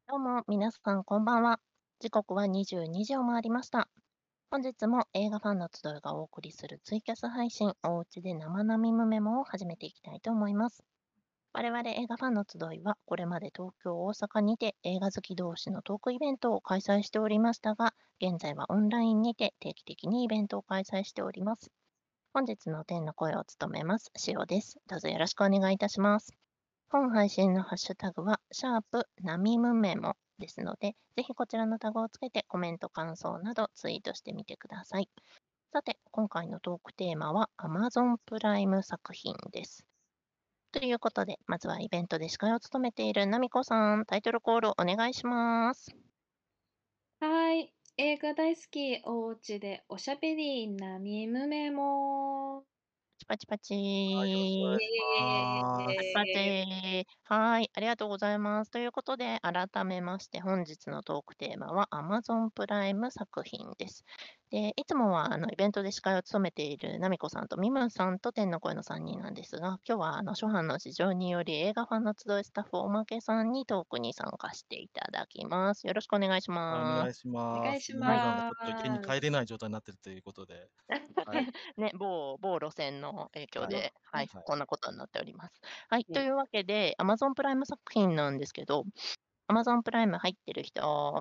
どうも、皆さんこんばんは。時刻は22時を回りました。本日も映画ファンの集いがお送りするツイキャス配信、おうちで生並みメモを始めていきたいと思います。我々映画ファンの集いは、これまで東京、大阪にて映画好き同士のトークイベントを開催しておりましたが、現在はオンラインにて定期的にイベントを開催しております。本日の天の声を務めます、しおです。どうぞよろしくお願いいたします。本配信のハッシュタグは、シャープナミムメモですので、ぜひこちらのタグをつけてコメント、感想などツイートしてみてください。さて、今回のトークテーマは Amazon プライム作品です。ということで、まずはイベントで司会を務めているナミコさん、タイトルコールお願いします。 はい。映画大好き、おうちでおしゃべり、なみむめも。 パチパチはい、よろしくお願ー。 いしイます。 パチパチエーイ。 ー。はい、ありがとうございます。ということで、改めまして本日のトークテーマは Amazon プライム作品です。で、いつもはイベントで司会を務めているナミコさんとミムンさんと天の声の3人なんですが、今日は諸般の事情により映画ファンの集いスタッフおまけさんにトークに参加していただきます。よろしくお願いしはい、おます。 願いします。 お願いしミムはい。 さんがちょっと家にます。 帰れない状態になってるということで、はい、 ね、某路線の影響はい、 で、はい、 はい。 こんなことになっております。はい、 はい。 というわけで、Amazon プライム作品なんですけど、Amazon プライム入ってる人、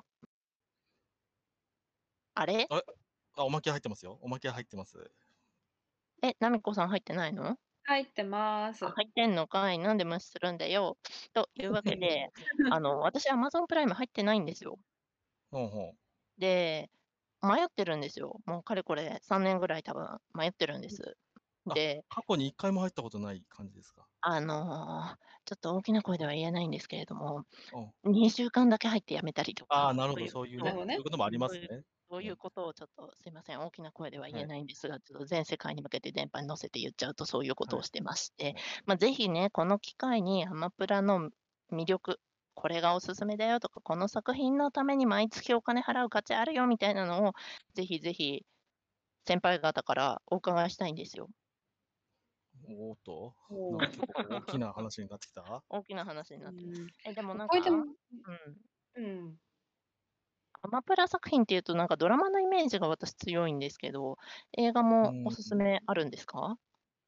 あれ？ あれ、おまけ入ってますよ。おまけ入ってます。 ナミコさん入ってないの？ 入ってまあ、 す。 入ってんのかい、なんで無視するんだよ。というわけで、私 Amazon プライム入ってないんですよ。 ほんほん。 で、迷ってるんですよ。もうかれこれ3年ぐらい多分迷ってるんです。 あ、 で、 過去に1回も入ったことない感じですか？ ちょっと大きな声では言えないんですけれども、 うん。 2週間だけ入って辞めたりとああ、 か、 なるほど、 そういうそういうね、 なるほどね。 そういうこともありまそういうすね。 そういううん、 ことをちょっとすいません、大きな声では言えはい、 ないんですが、ちょっと全世界に向けて電波に乗せて言っちゃうとそういうことはい、 をしてまして、 はい。 ぜひね、この機会にアマプラの魅力、これがおすすめだよとか、この作品のために毎月お金払う価値あるよみたいなのを、ぜひぜひ先輩方からお伺いしたいんですよ。 おっと、なんかお結構大きな話になってきた？ 大きな話になって。 うん。 でもなんか、 これでもうん、 うん。 アマプラ作品っていうとなんかドラマのイメージが私強いんですけど、映画もおうん。 すすめあるんですか？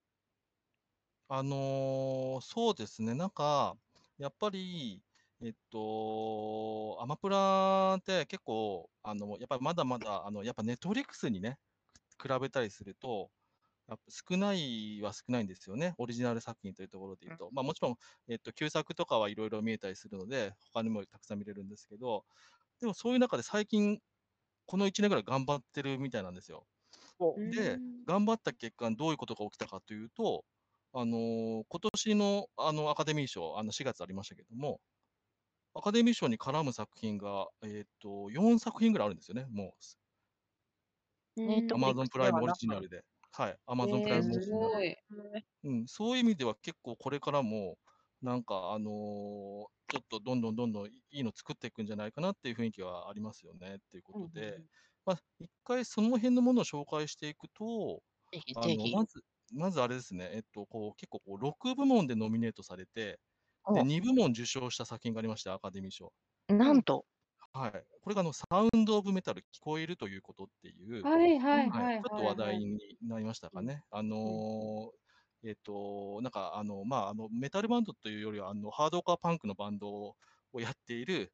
そうですね、なんか、やっぱり、アマプラって結構、やっぱりまだまだ、やっぱネットフリックスにね、比べたりすると、やっぱ少ないは少ないんですよね、オリジナル作品というところで言うと。もちろん、旧作とかはいろいろ見えたりするので、他にもたくさん見れるんですけど、でもそういう中で最近、この1年ぐらい頑張ってるみたいなんですよ。 お。 うで、 ん。 頑張った結果、どういうことが起きたかというと、今年のアカデミー賞、4月ありましたけども、アカデミー賞に絡む作品が、4作品ぐらいあるんですよね、もう。 うネットフリック Amazon スでプライムオリはなく。 ジナルで。はい、Amazon プライムオすリジナルで。 ごい。 うん、そういう意味では結構これからも、なんかちょっとどんどんどんどんいいの作っていくんじゃないかなっていう雰囲気はありますよねっていうこうんうんうとで、 ん。 一回その辺のものを紹介していくと、 ぜひぜひ。 まずあれですね、結構こう6部門でノミネートされて、で、 お、 2部門受賞した作品がありまして、アカデミー賞。 うん。 なんと。 はい。これがサウンドオブメタル、聞こえるということっていう、 はいうん、 はい、 はいはいちょっと話題はいはい。 になりましたうん。 かね。 うん。 なんかメタルバンドというよりは、ハードコアパンクのバンドをやっている、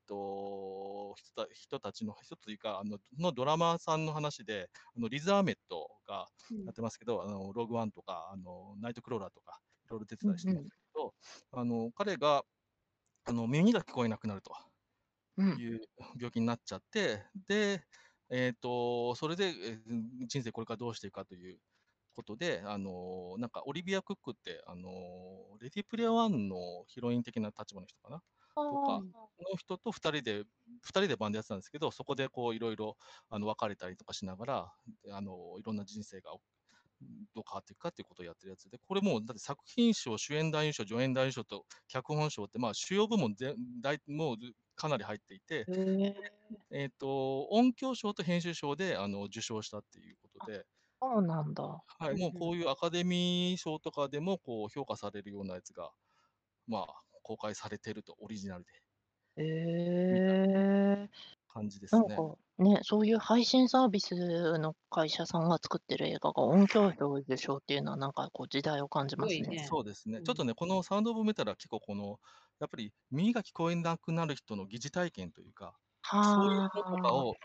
人たちの人というか、ドラマーさんの話で、リズ・アーメットがうん。 やってますけど、ログワンとか、ナイトクローラーとか、いろいろ出てたりしますうんうん。 けど、彼が、耳が聞こえなくなると。 うん。 いう病気になっちゃって、で、それで、人生これからどうしていくかということで、なんかオリビア・クックって、レディ・プレイヤー1のヒロイン的な立場の人かなとかああ、 うん。 の人と2人でバンドやってたんですけど、そこでこういろいろ別れたりとかしながら、いろんな人生がどう変わっていくかっていうことをやってるやつで、これもうだって作品賞、主演男優賞、助演男優賞と脚本賞って、主要部門もうかなり入っていて、 へえ。 音響賞と編集賞で受賞したっていうことあ、 で、 そうなんだ。 はい、 うんうん。 もうこういうアカデミー賞とかでもこう評価されるようなやつが、公開されてると、オリジナルで。 みたいえ。 な感じですね。 なんか、ね、そういう配信サービスの会社さんが作ってる映画が音響賞を受賞っていうのは、なんかこう時代を感じすごますね。 いね。 そうですね。 うん。 ちょっとね、このサウンドオブメタルは結構やっぱり耳が聞こえなくなる人の疑似体験というか、そういうはのとかあ。 を、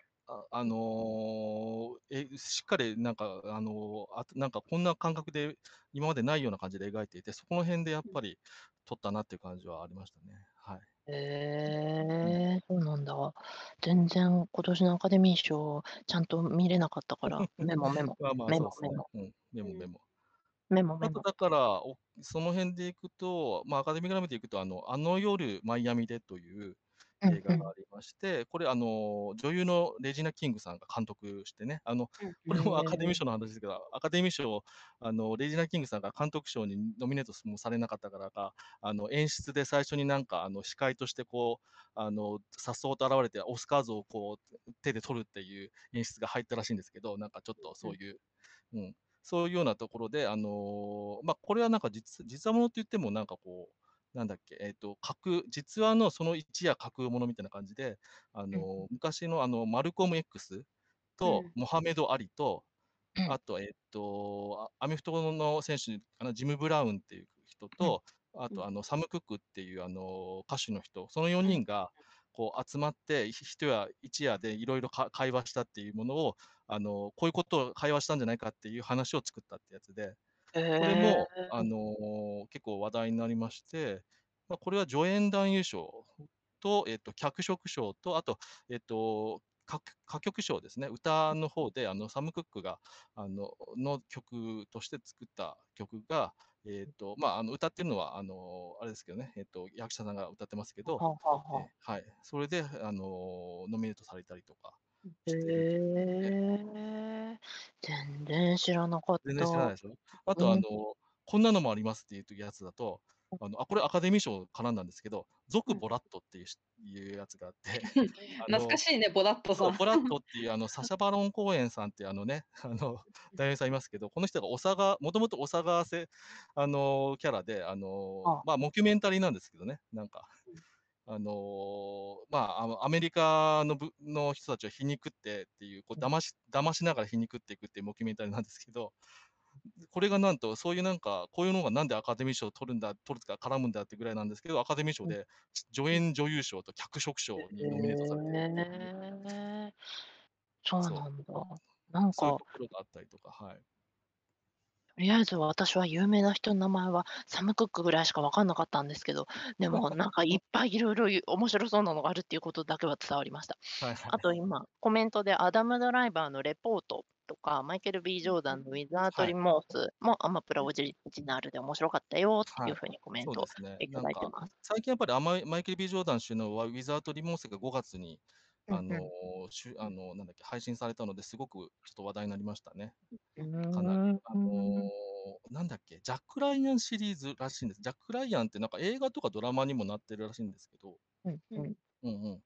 しっかりなんか、なんかこんな感覚で今までないような感じで描いていて、そこの辺でやっうん。 ぱり撮ったなっていう感じはありましたね。はい。うん。 へえ、そうなんだ。全然今年のアカデミー賞、ちゃんと見れなかったから、メモメモ、 まあまあ、 メそうですね。 モメモ、 うん。メうん。 モメモ。あとメモメモ。 だから、その辺でいくと、まあ、アカデミーグラムでいくと、あの夜マイアミでという映画うんうん。 がありまして、これ女優のレジナ・キングさんが監督してね、 うん。 これもアカデミーへえ。 賞の話ですけど、アカデミー賞、レジナ・キングさんが監督賞にノミネートもされなかったからか、演出で最初になんか、司会としてこう、颯爽と現れて、オスカー像をこう、手で取るっていう演出が入ったらしいんですけど、なんかちょっとうん。 そういう、うん、そういうようなところで、まあ、これはなんか実話ものって言っても、なんかこう、なんだっけ、実話のその一夜架空ものみたいな感じで、 うん、 昔のマルコム X とうん。 モハメド・アリと、 うん、 あと、アメフトの選手、ジム・ブラウンっていう人うん、 と、あうん。 とサム・クックっていう歌手の人、その4 うん。 人がこう集まって、一夜でいろいろ会話したっていうものを、こういうことを会話したんじゃないかっていう話を作ったってやつで、 へこれも、 え。 結構話題になりまして、まあ、これは助演男優賞と、脚色賞と、あと、歌曲賞ですね、歌の方で、サム・クックが、の曲として作った曲が、まあ、歌ってるのは、あれですけどね、役者さんが歌ってますけど、 はあはあはあ。 はい、それで、ノミネートされたりとかうん。 してるということで、 へえ。全然知らなかっ全然知らないた。 でしょ。あと、 うん。 こんなのもありますっていうやつだと、これアカデミー賞絡んだんですけど、 うん。 続ボラットっていうやつがあって、あ懐かの、 しいね、ボラットそう、 さん。 ボラットっていうサシャバロンコーエンさんっていう男優さんいますけど、この人がもともとお騒がせ、キャラで、 あ、 まあ、モキュメンタリーなんですけどね、なんか、 うん。 まあ、アメリカの人たちを皮肉ってっていう、こううん。 騙しながら皮肉っていくっていうモキュメンタリーなんですけど、これがなんと、そういうなんか、こういうのがなんでアカデミー賞を取るか絡むんだってぐらいなんですけど、アカデミー賞うん。 で助うん。 演女優賞と脚色賞へにノミネートされてるっていうね。 え。そうそう、 なんだ。なんか、 そういうところがあったりとか、はい。 とりあえず私は有名な人の名前はサム・クックぐらいしか分かんなかったんですけど、でもなんかいっぱいいろいろ面白そうなのがあるっていうことだけは伝わりました。 はいはい。 あと今、コメントでアダム・ドライバーのレポートとか、マイケル・ B・ ジうん。 ョーダンのウィザード・はい。 リモースもアマプラうん。 オリジナルで面白かったよっていはい。 う風にコメントそうですね。 いたなんか、 だいてます。 最近やっぱりマイケル・ B・ ジョーダン氏のウィザード・リモーセが5月に、 うんうん。 なんだっけ、配信されたのですごくちょっと話題になりましたね。 うかなり。 ーん。 なんだっけ、ジャック・ライアンシリーズらしいんです。ジャック・ライアンってなんか映画とかドラマにもなってるらしいんですけど、 うんうん。 うん。 うんうん。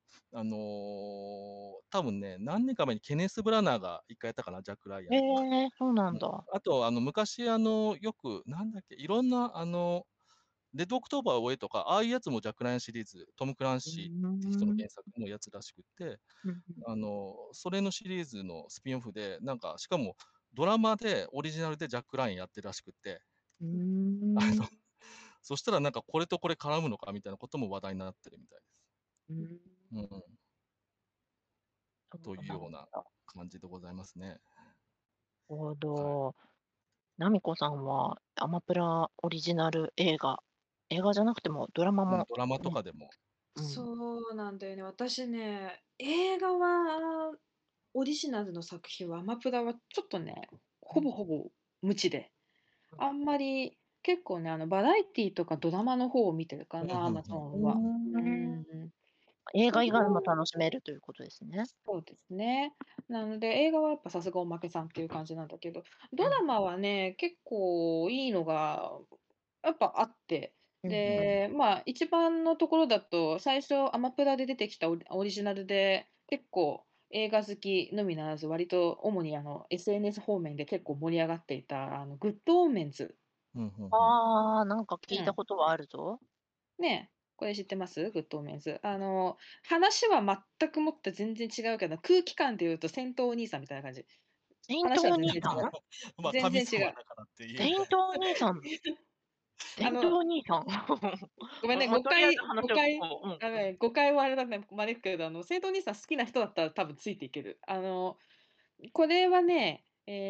多分ね、何年か前にケネス・ブラナーが一回やったかな、ジャック・ライアえン。 え、そうなうん。 んだ。 あと、昔、よく、なんだっけ、いろんな、レッドオクトーバーを追えとか、ああいうやつもジャック・ライアンシリーズ、トム・クランうーシーって人のん。 原作のやつらしくて、 うんうん。 それのシリーズのスピンオフで、なんか、しかもドラマでオリジナルでジャック・ライアンやってるらしくって、 うーあん。 の、そしたらなんかこれとこれ絡むのかみたいなことも話題になってるみたいです。 うーん。 うんうん。とそうなんいうようなだ。 感じでございますね。 なるほはい。 ど。ナミコさんはアマプラオリジナル映画じゃなくてもドラマうん、 もドラマとね、 かでも。 うん。 そうなんだよね。私ね、映画はオリジナルの作品はアマプラはちょっとね、ほうん。 ぼほぼ無知で、 うん。 あんまり結構ね、バラエティとかドラマの方を見てるかな、 うんうんうん。 Amazon は。ううーん。 ん。 映画以外も映画は楽しめるということですね。 そうですね。なので、映画はやっぱさすがおまけさんっていう感じなんだけど、ドうん。 ラマはね、結構いいのがやっぱあって、 うんうん。 で、まあ、一番のところだと、最初アマプラで出てきたオリジナルで、結構映画好きのみならず、割と主にSNS 方面で結構盛り上がっていた、グッドオーメンズ。 うんうんうん。 ああ、なんか聞いたうん。 ことはあるぞ。 ね。 これ知ってます？グッドオメンズ。話は全くもって全然違うけど、空気感で言うと戦闘お兄さんみたいな感じ。 セイント話はお兄さん全然違う。 まあ、 全然違う。 神様だからっていうね。 セイントお兄さんセイントお兄さんごめんね、 とりあえず誤話を解こう、 誤解はあれだね、招くけど、生徒お兄さん好きな人だったら多分ついていける。これはね、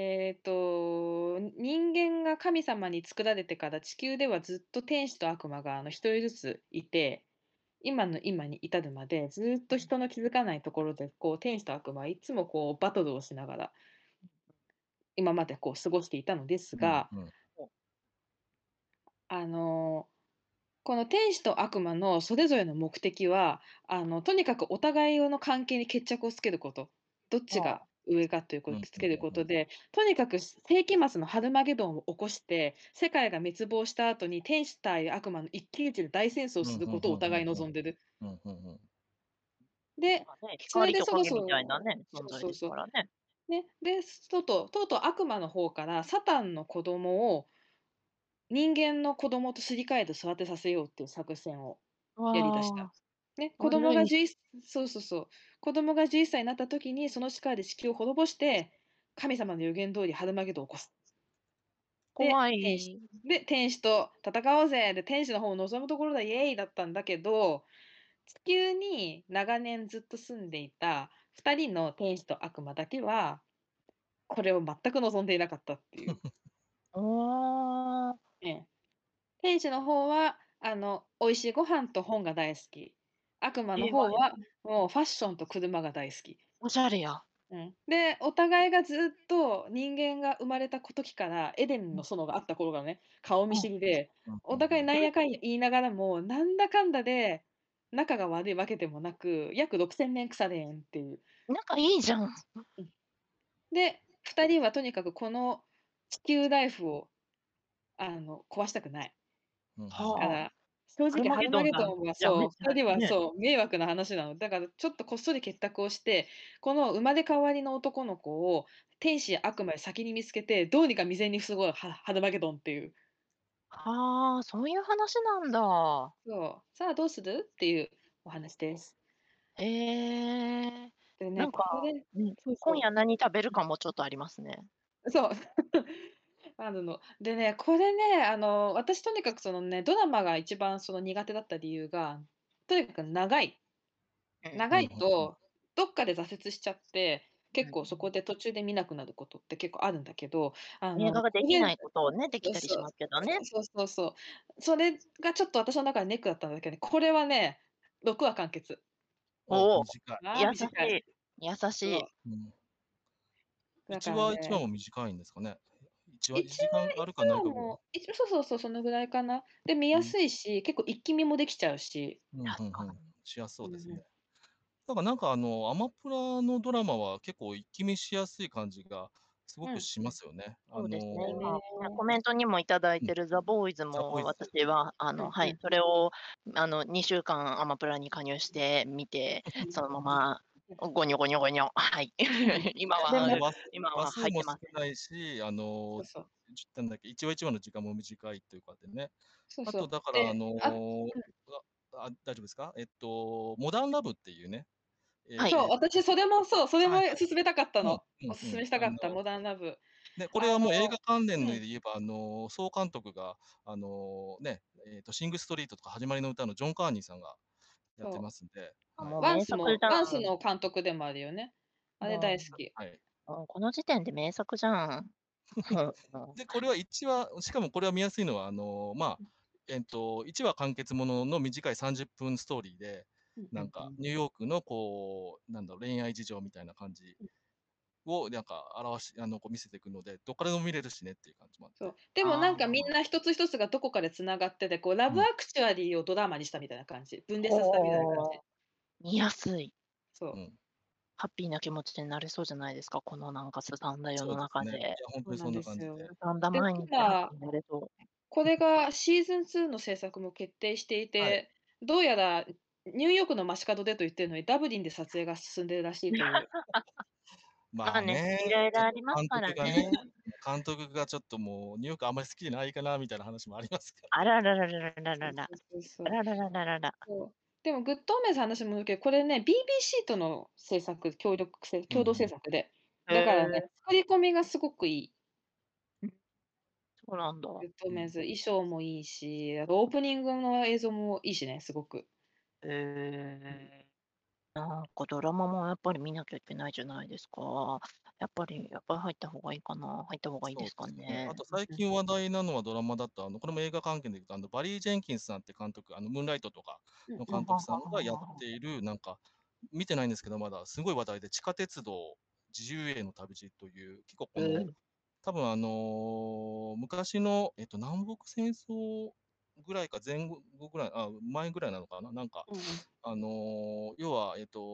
人間が神様に作られてから地球ではずっと天使と悪魔が一人ずついて、今の今に至るまでずっと人の気づかないところでこう天使と悪魔はいつもこうバトルをしながら今までこう過ごしていたのですが、 うんうんあのこの天使と悪魔のそれぞれの目的は、とにかくお互いの関係に決着をつけること。どっちが上かというこうんとをつけることで、とにかく世紀末のハルマゲドンを起こして、世界が滅亡した後に天使対悪魔の一騎打ちで大戦争をすることをお互い望んでる。 うんうんうんで、 まあね、 それ光と影みでそろそろたいなね、存在ですそうそうそう。 からね。 ね、で、とうとう悪魔の方からサタンの子供を人間の子供とすり替えて育てさせようっていう作戦をやり出した。 わあ、 ね、子供が悪い。 11そうそうそう。子供が11歳になった時に、その力で地球を滅ぼして、神様の予言通りハルマゲドンを起こす。で、 怖天使い。 天使と戦おうぜで、天使の方を望むところだ、イエーイだったんだけど、地球に長年ずっと住んでいた2人の天使と悪魔だけは、これを全く望んでいなかったっていう。 おー、 ええ。天使の方は、美味しいご飯と本が大好き。悪魔の平和や。 方は、もうファッションと車が大好き。 おしゃれや。 うん。で、お互いがずっと人間が生まれた時から、エデンの園があった頃からね、顔見知りで、 うんお互いなんやかんや言いながらも、なんだかんだで仲が悪いわけでもなく、約6000年腐れ縁っていう。 仲いいじゃん。 うん。で、2人はとにかくこの地球ライフを、壊したくない。 うんかはあ。 ら、正アル直ハルマゲドンだ。 マゲドンはやめそう、2人はね。 そう、迷惑な話なの。だからちょっとこっそり結託をして、この生まれ変わりの男の子を天使や悪魔より先に見つけて、どうにか未然に防ごう、ハルマゲドンっていう。 はあ、そういう話なんだ。 そう、さあどうするっていうお話です。 へえ。 でね、 なんか、 これ今夜何食べるかもちょっとありますね。 そう。あるの。でね、これね、私とにかくそのね、ドラマが一番その苦手だった理由が、とにかく長い。長うんいと、どっかで挫折しちゃって、結構そうん。 こで途中で見なくなることって結構あるんだけど、 映画がでこれきないことをね、できたりしそうそう、 ますけどね。 そうそうそう。それがちょっと私の中でネックだったんだけどね、これはね、6話完結。 お、 おお、 短い。 ああ、 優し短い。 い。優しそう。 い。 うんだ 1 からね、 話1話も短いんですかね。1話、1 1 時間あるかないかぐらい。 そうそうそう、そのぐらいかな。で、見やうんすいし、結構一気見もできちゃうし。 うんうんうん。 確かに。 しやすそうですね。 うんうん。 なんかアマプラのドラマは結構一気見しやすい感じがすごうん。 くしますよね。 そうですね。 ね。 今、コメントにもいただいうんてるザ・ボーイズザ・ボも、 イス。 私は、はい、 うんうん。 それを、2週間アマプラに加入して見て、そのまま、ゴニョゴニョゴニョ、はい。 うん。 今で、 は、今は話数も少入ってます。 ないし、 そうそう。 なんだっけ、一話一話の時間も短いというかでね。あと、 そうそう。 だから、 で、 大丈夫ですか？モダンラブっていうね、 はい。 そう、私それもはいはい。 勧めたかったうんの。お勧うんうん。 めしたかった、モダンラブ。 ね、これはあのもう映画関連うん、 で言えば、総監督が、ね、シング・ストリートとか始まりの歌のジョン・カーニーさんがやってそますんで、 あ、 はい。 もう名作じゃワンスん。 の監督でもあるよね。あれも大好き。 はい。 もうこの時点で名作じゃん。 で、これは1話、しかもこれは見やすいのは、1話完結ものの短い30分ストーリーで、 うんうん。 なんか、ニューヨークのこう、なんだろう、恋愛事情みたいな感じを、なんか、こう見せていくので、どっからでも見れるしねっていう感じもあって。 そう。でもなんあかみんな一つ一つがどこかで繋がってて、こうラブアうん。 クチュアリーをドラマにしたみたいな感じ。分あ、 裂させたみたいな感じ。 ほう。見やすい。 そう。 うん。 ハッピーな気持ちになれそうじゃないですか、このなんかすさんだ世のそうですね。いや、 中で。 本当にそんそうなんな感じで。 ですよ。 すさんだで、 毎日ハッ今ピーになれそう。 これがシーズン2の制作も決定していはい。 て、どうやらニューヨークの街角でと言ってるのに、ダブリンで撮影が進んでるらしいという。 まあまあね、いね、 ろいろかあります監からね。 督がね、 監督がちょっともうニューヨークあんまり好きじゃないかなみたいな話もありますかあらね。 ららららららそうらら。 そうそうそう。 あらららららら。 そう。でもグッドオメンズ話もだけど、これね、BBC との制作、共同うんうん。 制作で。 へだからね、 え。 作り込みがすごくいい。 うん、そうなんだ。 グッドオうん。 メンズ、衣装もいいし、あとオープニングの映像もいいしね、すごく。 へえ。なんかドラマもやっぱり見なきゃいけないじゃないですか。やっぱり入った方がいいかな？入った方がいいですかそうですね。あね？ と最近話題なのはドラマだと、これも映画関係で言うと、バリー・ジェンキンスさんって監督、ムーンライトとかのはうんうん。 監督さははんがやっは。 ている、なんか、見てないんですけど、まだすごい話題で、地下鉄道自由への旅路という、結構へえ。 多分昔の、南北戦争ぐらいか前後ぐらい、前ぐらいなのかな、なんか、 うんうん。 要は、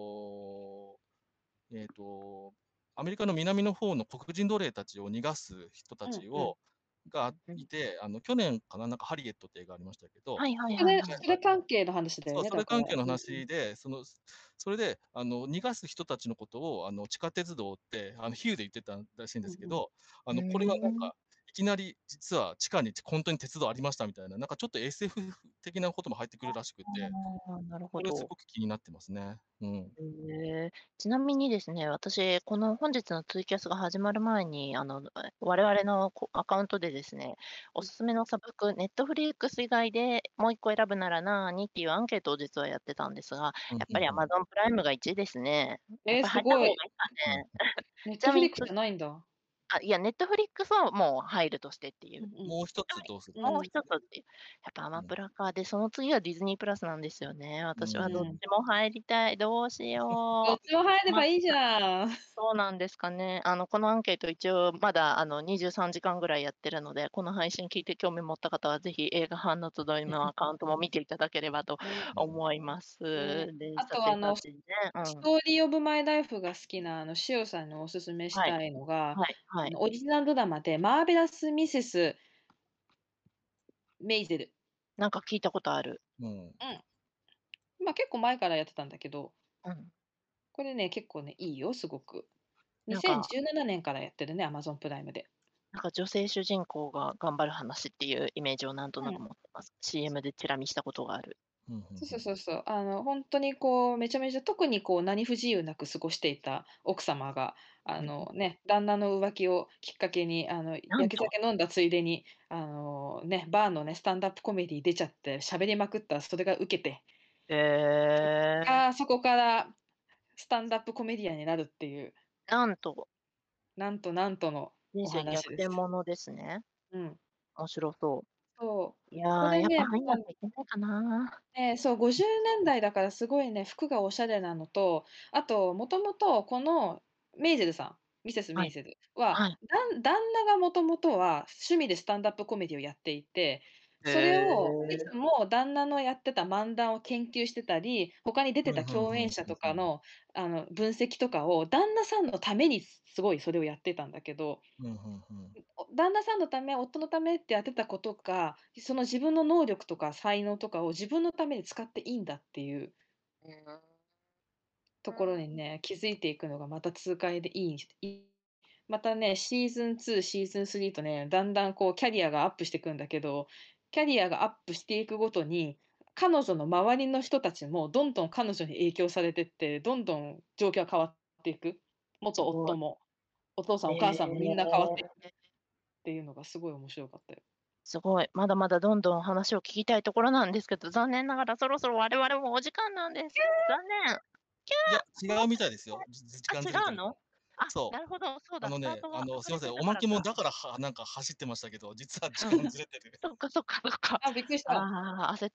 アメリカの南の方の黒人奴隷たちを逃がす人たうんうん。 がうん。 いて、去年かな、なんかハリエットって映画ありましたけど、 はいはいそれはいはい。 それ関係の話だよそう、 ね、 それだから。 関係のうんうん。 話で、それで、逃がす人たちのことを、地下鉄道って、比喩で言ってたらしいんでうんうん。 すけど、 うこれがなんーん。 か、いきなり実は地下に本当に鉄道ありましたみたいな、なんかちょっと SF 的なことも入ってくるらしくて、 ああ、なるほこれすど。 ごく気になってますね。うん。 へえ。ちなみにですね、私、この本日のツイキャスが始まる前に、我々のアカウントでですね、おうん。 すすめのサブスク、ネットフリックス以外でもう1個選ぶならなにっていうアンケートを実はやってたんですが、 うん、 やっぱりうんうん。 Amazon プライムが1位ですね。やっぱりす入ったごい。 方がいいかうん。 ね。 ネッちなみにトフリックスじゃないんだ。 いや、ネットフリックスはもう入るとしてっていう。 うんうん。 もう一ちなみつどうするにもうかですね。 一つっていう。やっぱアマうん。 プラか。で、その次はディズニープラスなんですよね。 う私はどっうん。 ん。 ちも入りたい。どうしよどっちも入う。 ればいいじゃん。 そうなんですかね。このアンケート一応まだ23時間ぐらいやってるので、この配信聞いて興味持った方はぜひ映画班の集いのアカウントも見ていただければとね。 うん。 思います。 ね。 で、 あさとてさてね、うん。 ストーリーオブマイライフが好きなしおさんにお勧めしはい、 たいのが、 はい、はい。 オリジナルドラマでマーベラス・ミセス・メイゼル。 なんか聞いたことある。 うん。 うん。結構前からやってたんだけど、 うん。 これね、結構ね、いいよ、すごく。 なんか 2017年からやってるね、Amazon プライムで。 女性主人公が頑張る話っていうイメージをなんとなくうん。 持ってます。CM でチラ見したことがある。 うん、うんそううん。 そうそうそう。ほんとにめちゃめちゃ特に何不自由なく過ごしていた奥様が、 うんうん。 ね、旦那の浮気をきっかけに、 なんと、 やけ酒飲んだついでに、ね、バーのね、スタンダップコメディ出ちゃって喋りまくったらそれがウケて、 へえ、 そこからスタンダップコメディアンになるっていう、 なんと、 なんとなんとのお人生逆話です。 転ものですね。 うん。 面白そう。 そう。 いやー、やっぱこれね、 入んなきゃいけないかな。 そう、50年代だからすごいね、服がおしゃれなのと、あと、もともとこのメイゼルさん、ミセス・はい、 メイゼルは、 はい。 旦那がもともとは趣味でスタンダップコメディをやっていて、 へそれをいえ。 つも旦那のやってた漫談を研究してたり、他に出うん、 てたふんふん共演者ふんふん。 とかの、分析とかを旦那さんのためにすごいそれをやってたんだけど、 うん、ふんふん。 旦那さんのため、夫のためってやってたことが、その自分の能力とか才能とかを自分のために使っていいんだっていううーん。 ところにね、気づいていくのがまた痛快でいい。またね、シーズン2、シーズン3とね、だんだんキャリアがアップしていくんだけど、キャリアがアップしていくごとに、彼女の周りの人たちもどんどん彼女に影響されてって、どんどん状況が変わっていく。元すごい。 夫も、お父さんへお母さんもみんな変わっていくっえ。 ていうのがすごい面白かったよ。 すごい。まだまだどんどん話を聞きたいところなんですけど、残念ながらそろそろ我々もお時間なんです。残念。 いや、 困っ違うみたいですよ。時間違ずれてるから。 うの？あ、 そう。 なるほど、そうだ、スタートが遅すいません、 れてたおまけもからか。 だからなんか走ってましたけど、実は時うん。 間ずれてる。 そっかそっかそっか。 びっくりした。 ああ、焦った。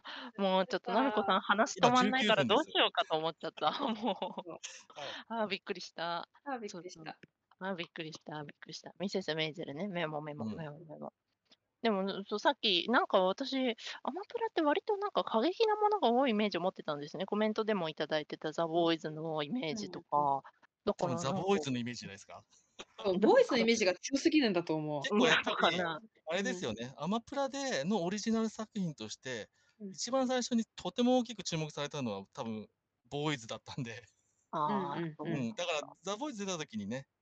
もうちょっとなるこさん、話止今まんない 19 から分です。 どうしようかと思っちゃった。もう。 そう。 はい。 びっくりした。 びっそうそう。 くりした。 びっくりしたびっくりした。ミセスメイゼルね、メモメモうん。 メモメモ。でも、そう、さっき、なんか私、アマプラって割となんか過激なものが多いイメージを持ってたんですね。コメントでもいただいてたザ・ボーイズのイメーうんジとうん。 か。だか多分ザ・らなんか、 ボーイズのイメージじゃないですか。 そう、 なんボイスのイか、 メージが強すぎるんだと思う。 な結構やっぱり、 のかな。 あれうん。 ですよね、アマプラのオリジナル作品として、 うん。 一番最初にとても大きく注目されたのは多分ボーイズだったんで、 うんああ、 うんうん。 うん、 そうなんだからだ。 ザ・ボーイズ出た時にね、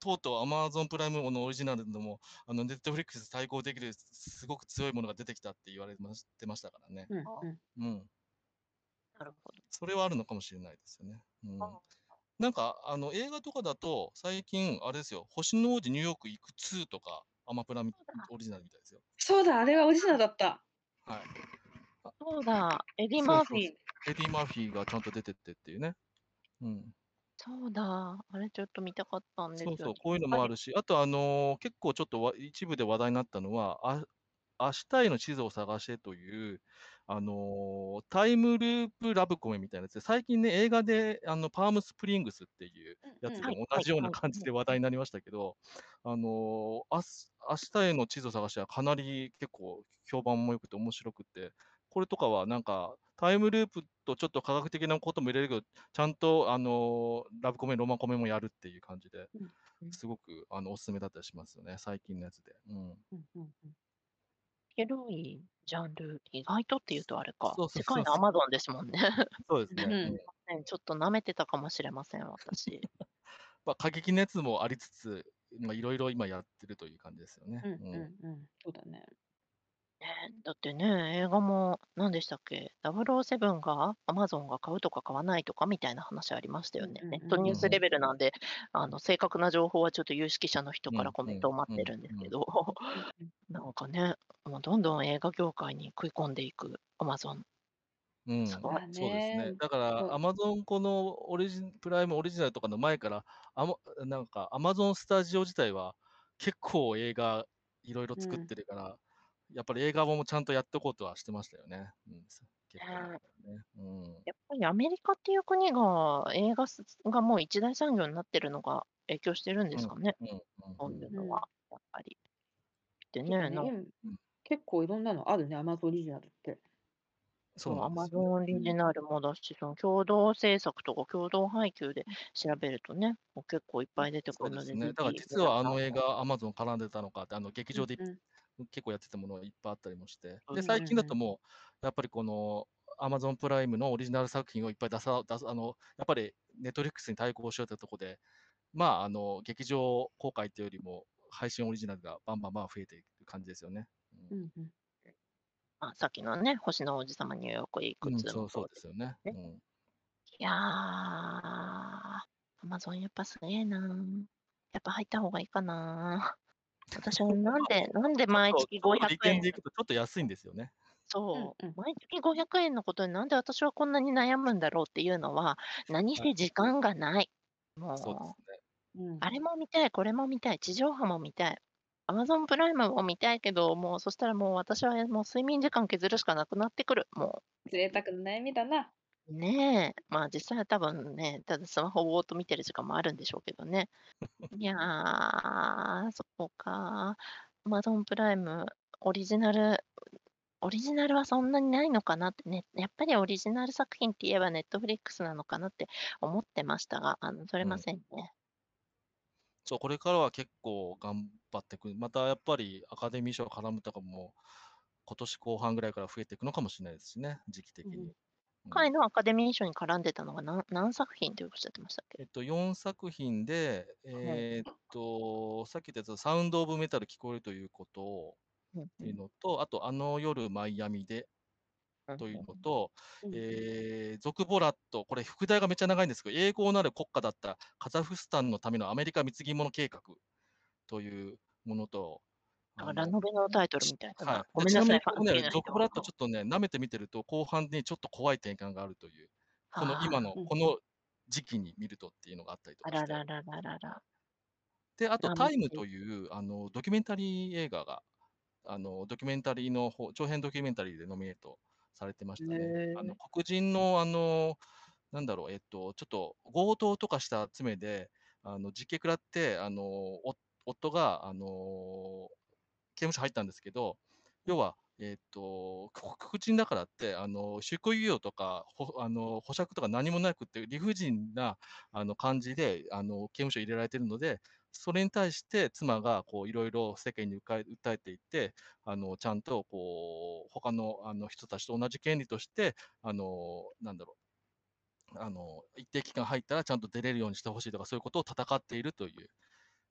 とうとう Amazon プライムのオリジナルのも、Netflix 対抗できるすごく強いものが出てきたって言われてましたからね。 うんあうん。 うん。 なるほど。 それはあるのかもしれないですよね。うん。 あなんか、映画とかだと、最近、あれですよ、星の王子ニューヨーク行く2とか、アマプラオリジナルみたいですよ。 そうだ、あれはオリジナルだった。 はい。あそうだ、エディ・そうそうマーフィー。 エディ・マーフィーがちゃんと出てってっていうね。うん。 そうだ、あれちょっと見たかったんですよ。 そうそう、こういうのあれ、 もあるし、あと、結構ちょっと一部で話題になったのは、明日への地図を探してという、タイムループラブコメみたいなやつで、最近ね、映画で、パームスプリングスっていうやつではい、 も同はい、 じようなはい。 感じで話題になりましたけど、明日への地図を探してはかなり結構評判も良くて面白くて、これとかはなんか、タイムループとちょっと科学的なことも入れるけど、ちゃんと、ラブコメ、ロマコメもやるっていう感じで、 うんうんすごくおすすめだったりしますよね、最近のやつで。うん。 うんうんうん。 広いジャンル、意外とっていうとあれか。 そうそう世界そうそう。 のアマゾンですもんね。 そうですね。 うんうん。 ねちょっと舐めてたかもしれません、私。 まあ、過激なやつもありつつ、まあ、いろいろ今やってるという感じですよね。 うんうん。 うんうん。そうだね。 ねだってね、映画も何でしたっけ、007がアマゾンが買うとか買わないとかみたいな話ありましたよね。 うんうんネットニュースレうんベルなんで、正確な情報はちょっと有識者の人うんからコメンうんトを待うんってるんですうんけど、 うんうん。 なんかね、もうどんどん映画業界に食い込んでいくアマゾン、 うん、 すごい。 まあそうですね。 ね。 だから、アマゾンこのプライムオリジナルとかの前から、なんか、アマゾンスタジオ自体は結構映画いろいろ作っうん。 てるから、やっぱり映画もちゃんとやっておこうとはしてましたよね。うん、結構前かねらね。うん。 やっぱりアメリカっていう国が映画がもう一大産業になってるのが影響してるんでうん、 すかね、 うん、 そううん、 うん。 いうのは、やっぱり。でね、 そうだね。今、 うん。 結構いろんなのあるね、アマゾンオリジナルって。 そうアマゾなんですよね。 ンオリジナルもだし、その共同制作とか共同配給で調べるとね、もう結構いっぱい出てくるので、 そうですね。 ぜだからひ皆実はあさんも。 の映画、アマゾン絡んでたのかって、劇場でうんうん結構やってたものがいっぱいあったりもして。で、 うんうん最近だうんともう、やっぱりこの、アマゾンプライムのオリジナル作品をいっぱいやっぱりネットフリックスに対抗しようというところで、まあ、劇場公開っていうよりも、配信オリジナルがバンバンバン増えていく感じですよね。 うんうん。 さっきのね、星の王子様ニューヨークへ行くうん、 2もそうそうでですよね。 すね。 うん。 いやー、アマゾンやっぱすげえなー。やっぱ入った方がいいかなー。私はなんで毎月ちょっと利 500円、 点でいくとちょっと安いんですよね。 そうんうん。 う、毎月500円のことになんで私はこんなに悩むんだろうっていうのは、何はい。 せ時間がない。 そうですもう、 ね。 うんあれも見たい、これも見たい、地上波も見たい。アマゾンプライムも見たいけど、もうそしたらもう私はもう睡眠時間削るしかなくなってくる。も贅沢な悩みだな。 う、ねえ。まあ実際は多分ね、ただスマホをぼーっと見てる時間もあるんでしょうけどね。いやー、そこか。アマゾンプライム、オリジナル、オリジナルはそんなにないのかなってね、やっぱりオリジナル作品って言えばネットフリックスなのかなって思ってましたが、それうん。 ませんね。 そう、これからは結構頑張っていく。またやっぱりアカデミー賞絡むとかも、今年後半ぐらいから増えていくのかもしれないですしね、時期的に。 うんうん。 今回のアカデミー賞に絡んでたのが何作品っておっしゃってましたっけ？ 4作品で、 はい。 さっき言ったやつ、サウンド・オブ・メタル聞こえるということっていううんうんのと、あと、あの夜マイアミでうんというのうんと、 うんゾクボラット、これ、副題がめっちゃ長いんですけど、栄光なる国家だったカザフスタンのためのアメリカ貢ぎ物計画というものと、 なんかラノベのタイトルみたいだな。 はい。で、ちなごめんなさい、ファンみにここね、 キーな人は。 ゾクブラッドちょっとね、舐めて見てると、後半にちょっと怖い転換があるという、この今あの、 うんこの時期に見るとっていうのがあったりとあ、あかして。 らららららら。 で、あと、 ラノタイムベ。 という、ドキュメンタリー映画が、ドキュメンタリーの方、長編ドキュメンタリーでノミネートされてまへしたね。 え。 黒人の、なんだろう、ちょっと強盗とかした罪で、実刑食らって、夫が、刑務所入ったんですけど、要は、黒人だからって、執行猶予とか、保釈とか何もなくって、理不尽な感じで刑務所入れられているので、それに対して妻がこういろいろ世間に訴えていって、ちゃんとこう他の人たちと同じ権利として、なんだろ一定期間入ったらちゃんと出れるようにしてほしいとか、そういうことを戦っているという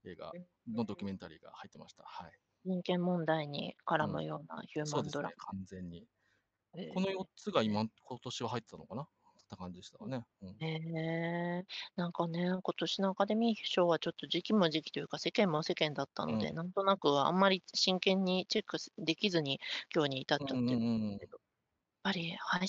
映画うんのドキュメンタリーが入ってました。はい。 人権問題に絡うん。 むようなヒューそうですね、 マンドラマ。 完全に。この4 えつが今年は入ってたのかなって感じでしたかね。うん。 えなんかね、今年のアカデミー賞はちょっと時期も時期というか、世間も世間だったので、なんとなくあんまり真剣にチェックできずに今日に至っうんうんちゃってるんでうんうん。 すけど、やっぱり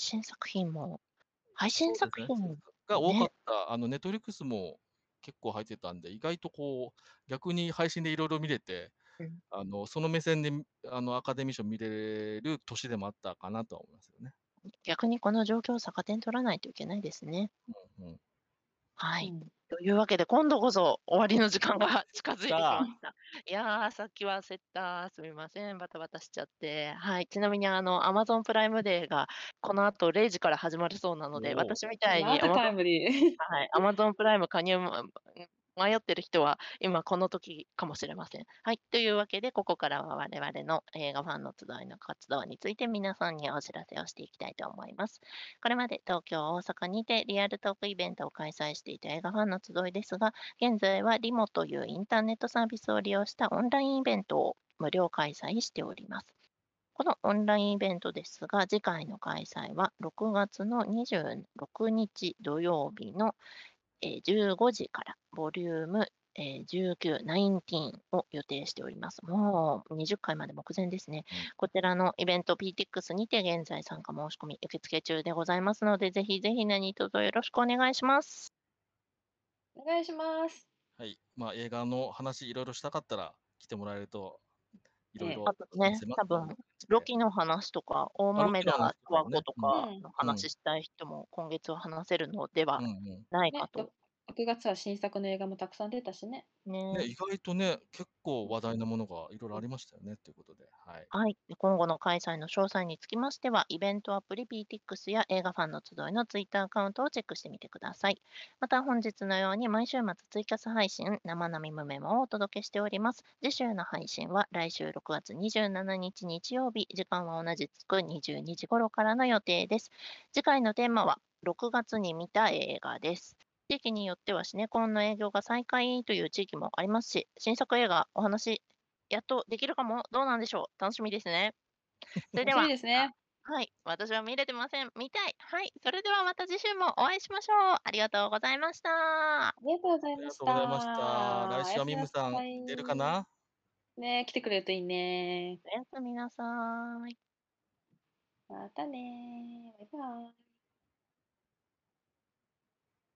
配信そうですね。 作品が多かね、 った。Netflix も結構入ってたんで、意外とこう、逆に配信でいろいろ見れて、 うん、 その目線で、アカデミー賞見れる年でもあったかなとは思いますよね。 逆にこの状況を逆手に取らないといけないですね。 うんうん。 はい。 うん。 というわけで、今度こそ終わりの時間が近づいてきさあ、 ました。いやー、さっきは焦った。すみません。バタバタしちゃって。はい。ちなみに、Amazon プライムデーがこの後0時から始まるそうなので、 おお。 私みたいになんて Amazon タイムリー。 はい、Amazon プライム加入も迷ってる人は、今この時かもしれません。はい、というわけで、ここからは我々の映画ファンの集いの活動について皆さんにお知らせをしていきたいと思います。これまで東京、大阪にてリアルトークイベントを開催していた映画ファンの集いですが、現在はリモというインターネットサービスを利用したオンラインイベントを無料開催しております。このオンラインイベントですが、次回の開催は6月の26日土曜日の15時からボリューム19、19を予定しております。もう20回まで目前ですね。 うん。 こちらのイベント PTX にて現在参加申し込み受付中でございますので、ぜひぜひ何卒よろしくお願いします。 お願いします。 はい。映画の話いろいろしたかったら来てもらえると、いろいええ。 あろとね、 話せますよって多分感じで。 ロキの話とか、大ロ豆田キの話と十和子かもね。うん。 とかうん。 のうん。 話したい人も今月は話せるのではうんうん。 ね、 ないかと。 6月は新作の映画もたくさん出たしね。 ね、 ね。 意外とね、結構話題なものがいろいろありましたよねっていうことで、はい。 はい。今後の開催の詳細につきましては、イベントアプリ PTX や映画ファンの集いのツイッターアカウントをチェックしてみてください。また本日のように毎週末ツイキャス配信、生並みメモをお届けしております。次週の配信は来週6月27日日曜日、時間は同じく22時頃からの予定です。次回のテーマは6月に見た映画です。地域によってはシネコンの営業が再開という地域もありますし、新作映画お話やっとできるかも。どうなんでしょう。楽しみですね。それで楽しみは、 ですね。 はい。私は見れてません。見たい。はい。それではまた次週もお会いしましょう。ありがとうございました。 ありがとうございありがましとうございました。 た。来週はおやすみなミムさんさい。 出るかな？ ね、来てくれるといいね。 おやすみなさい。 またね。バイバイ。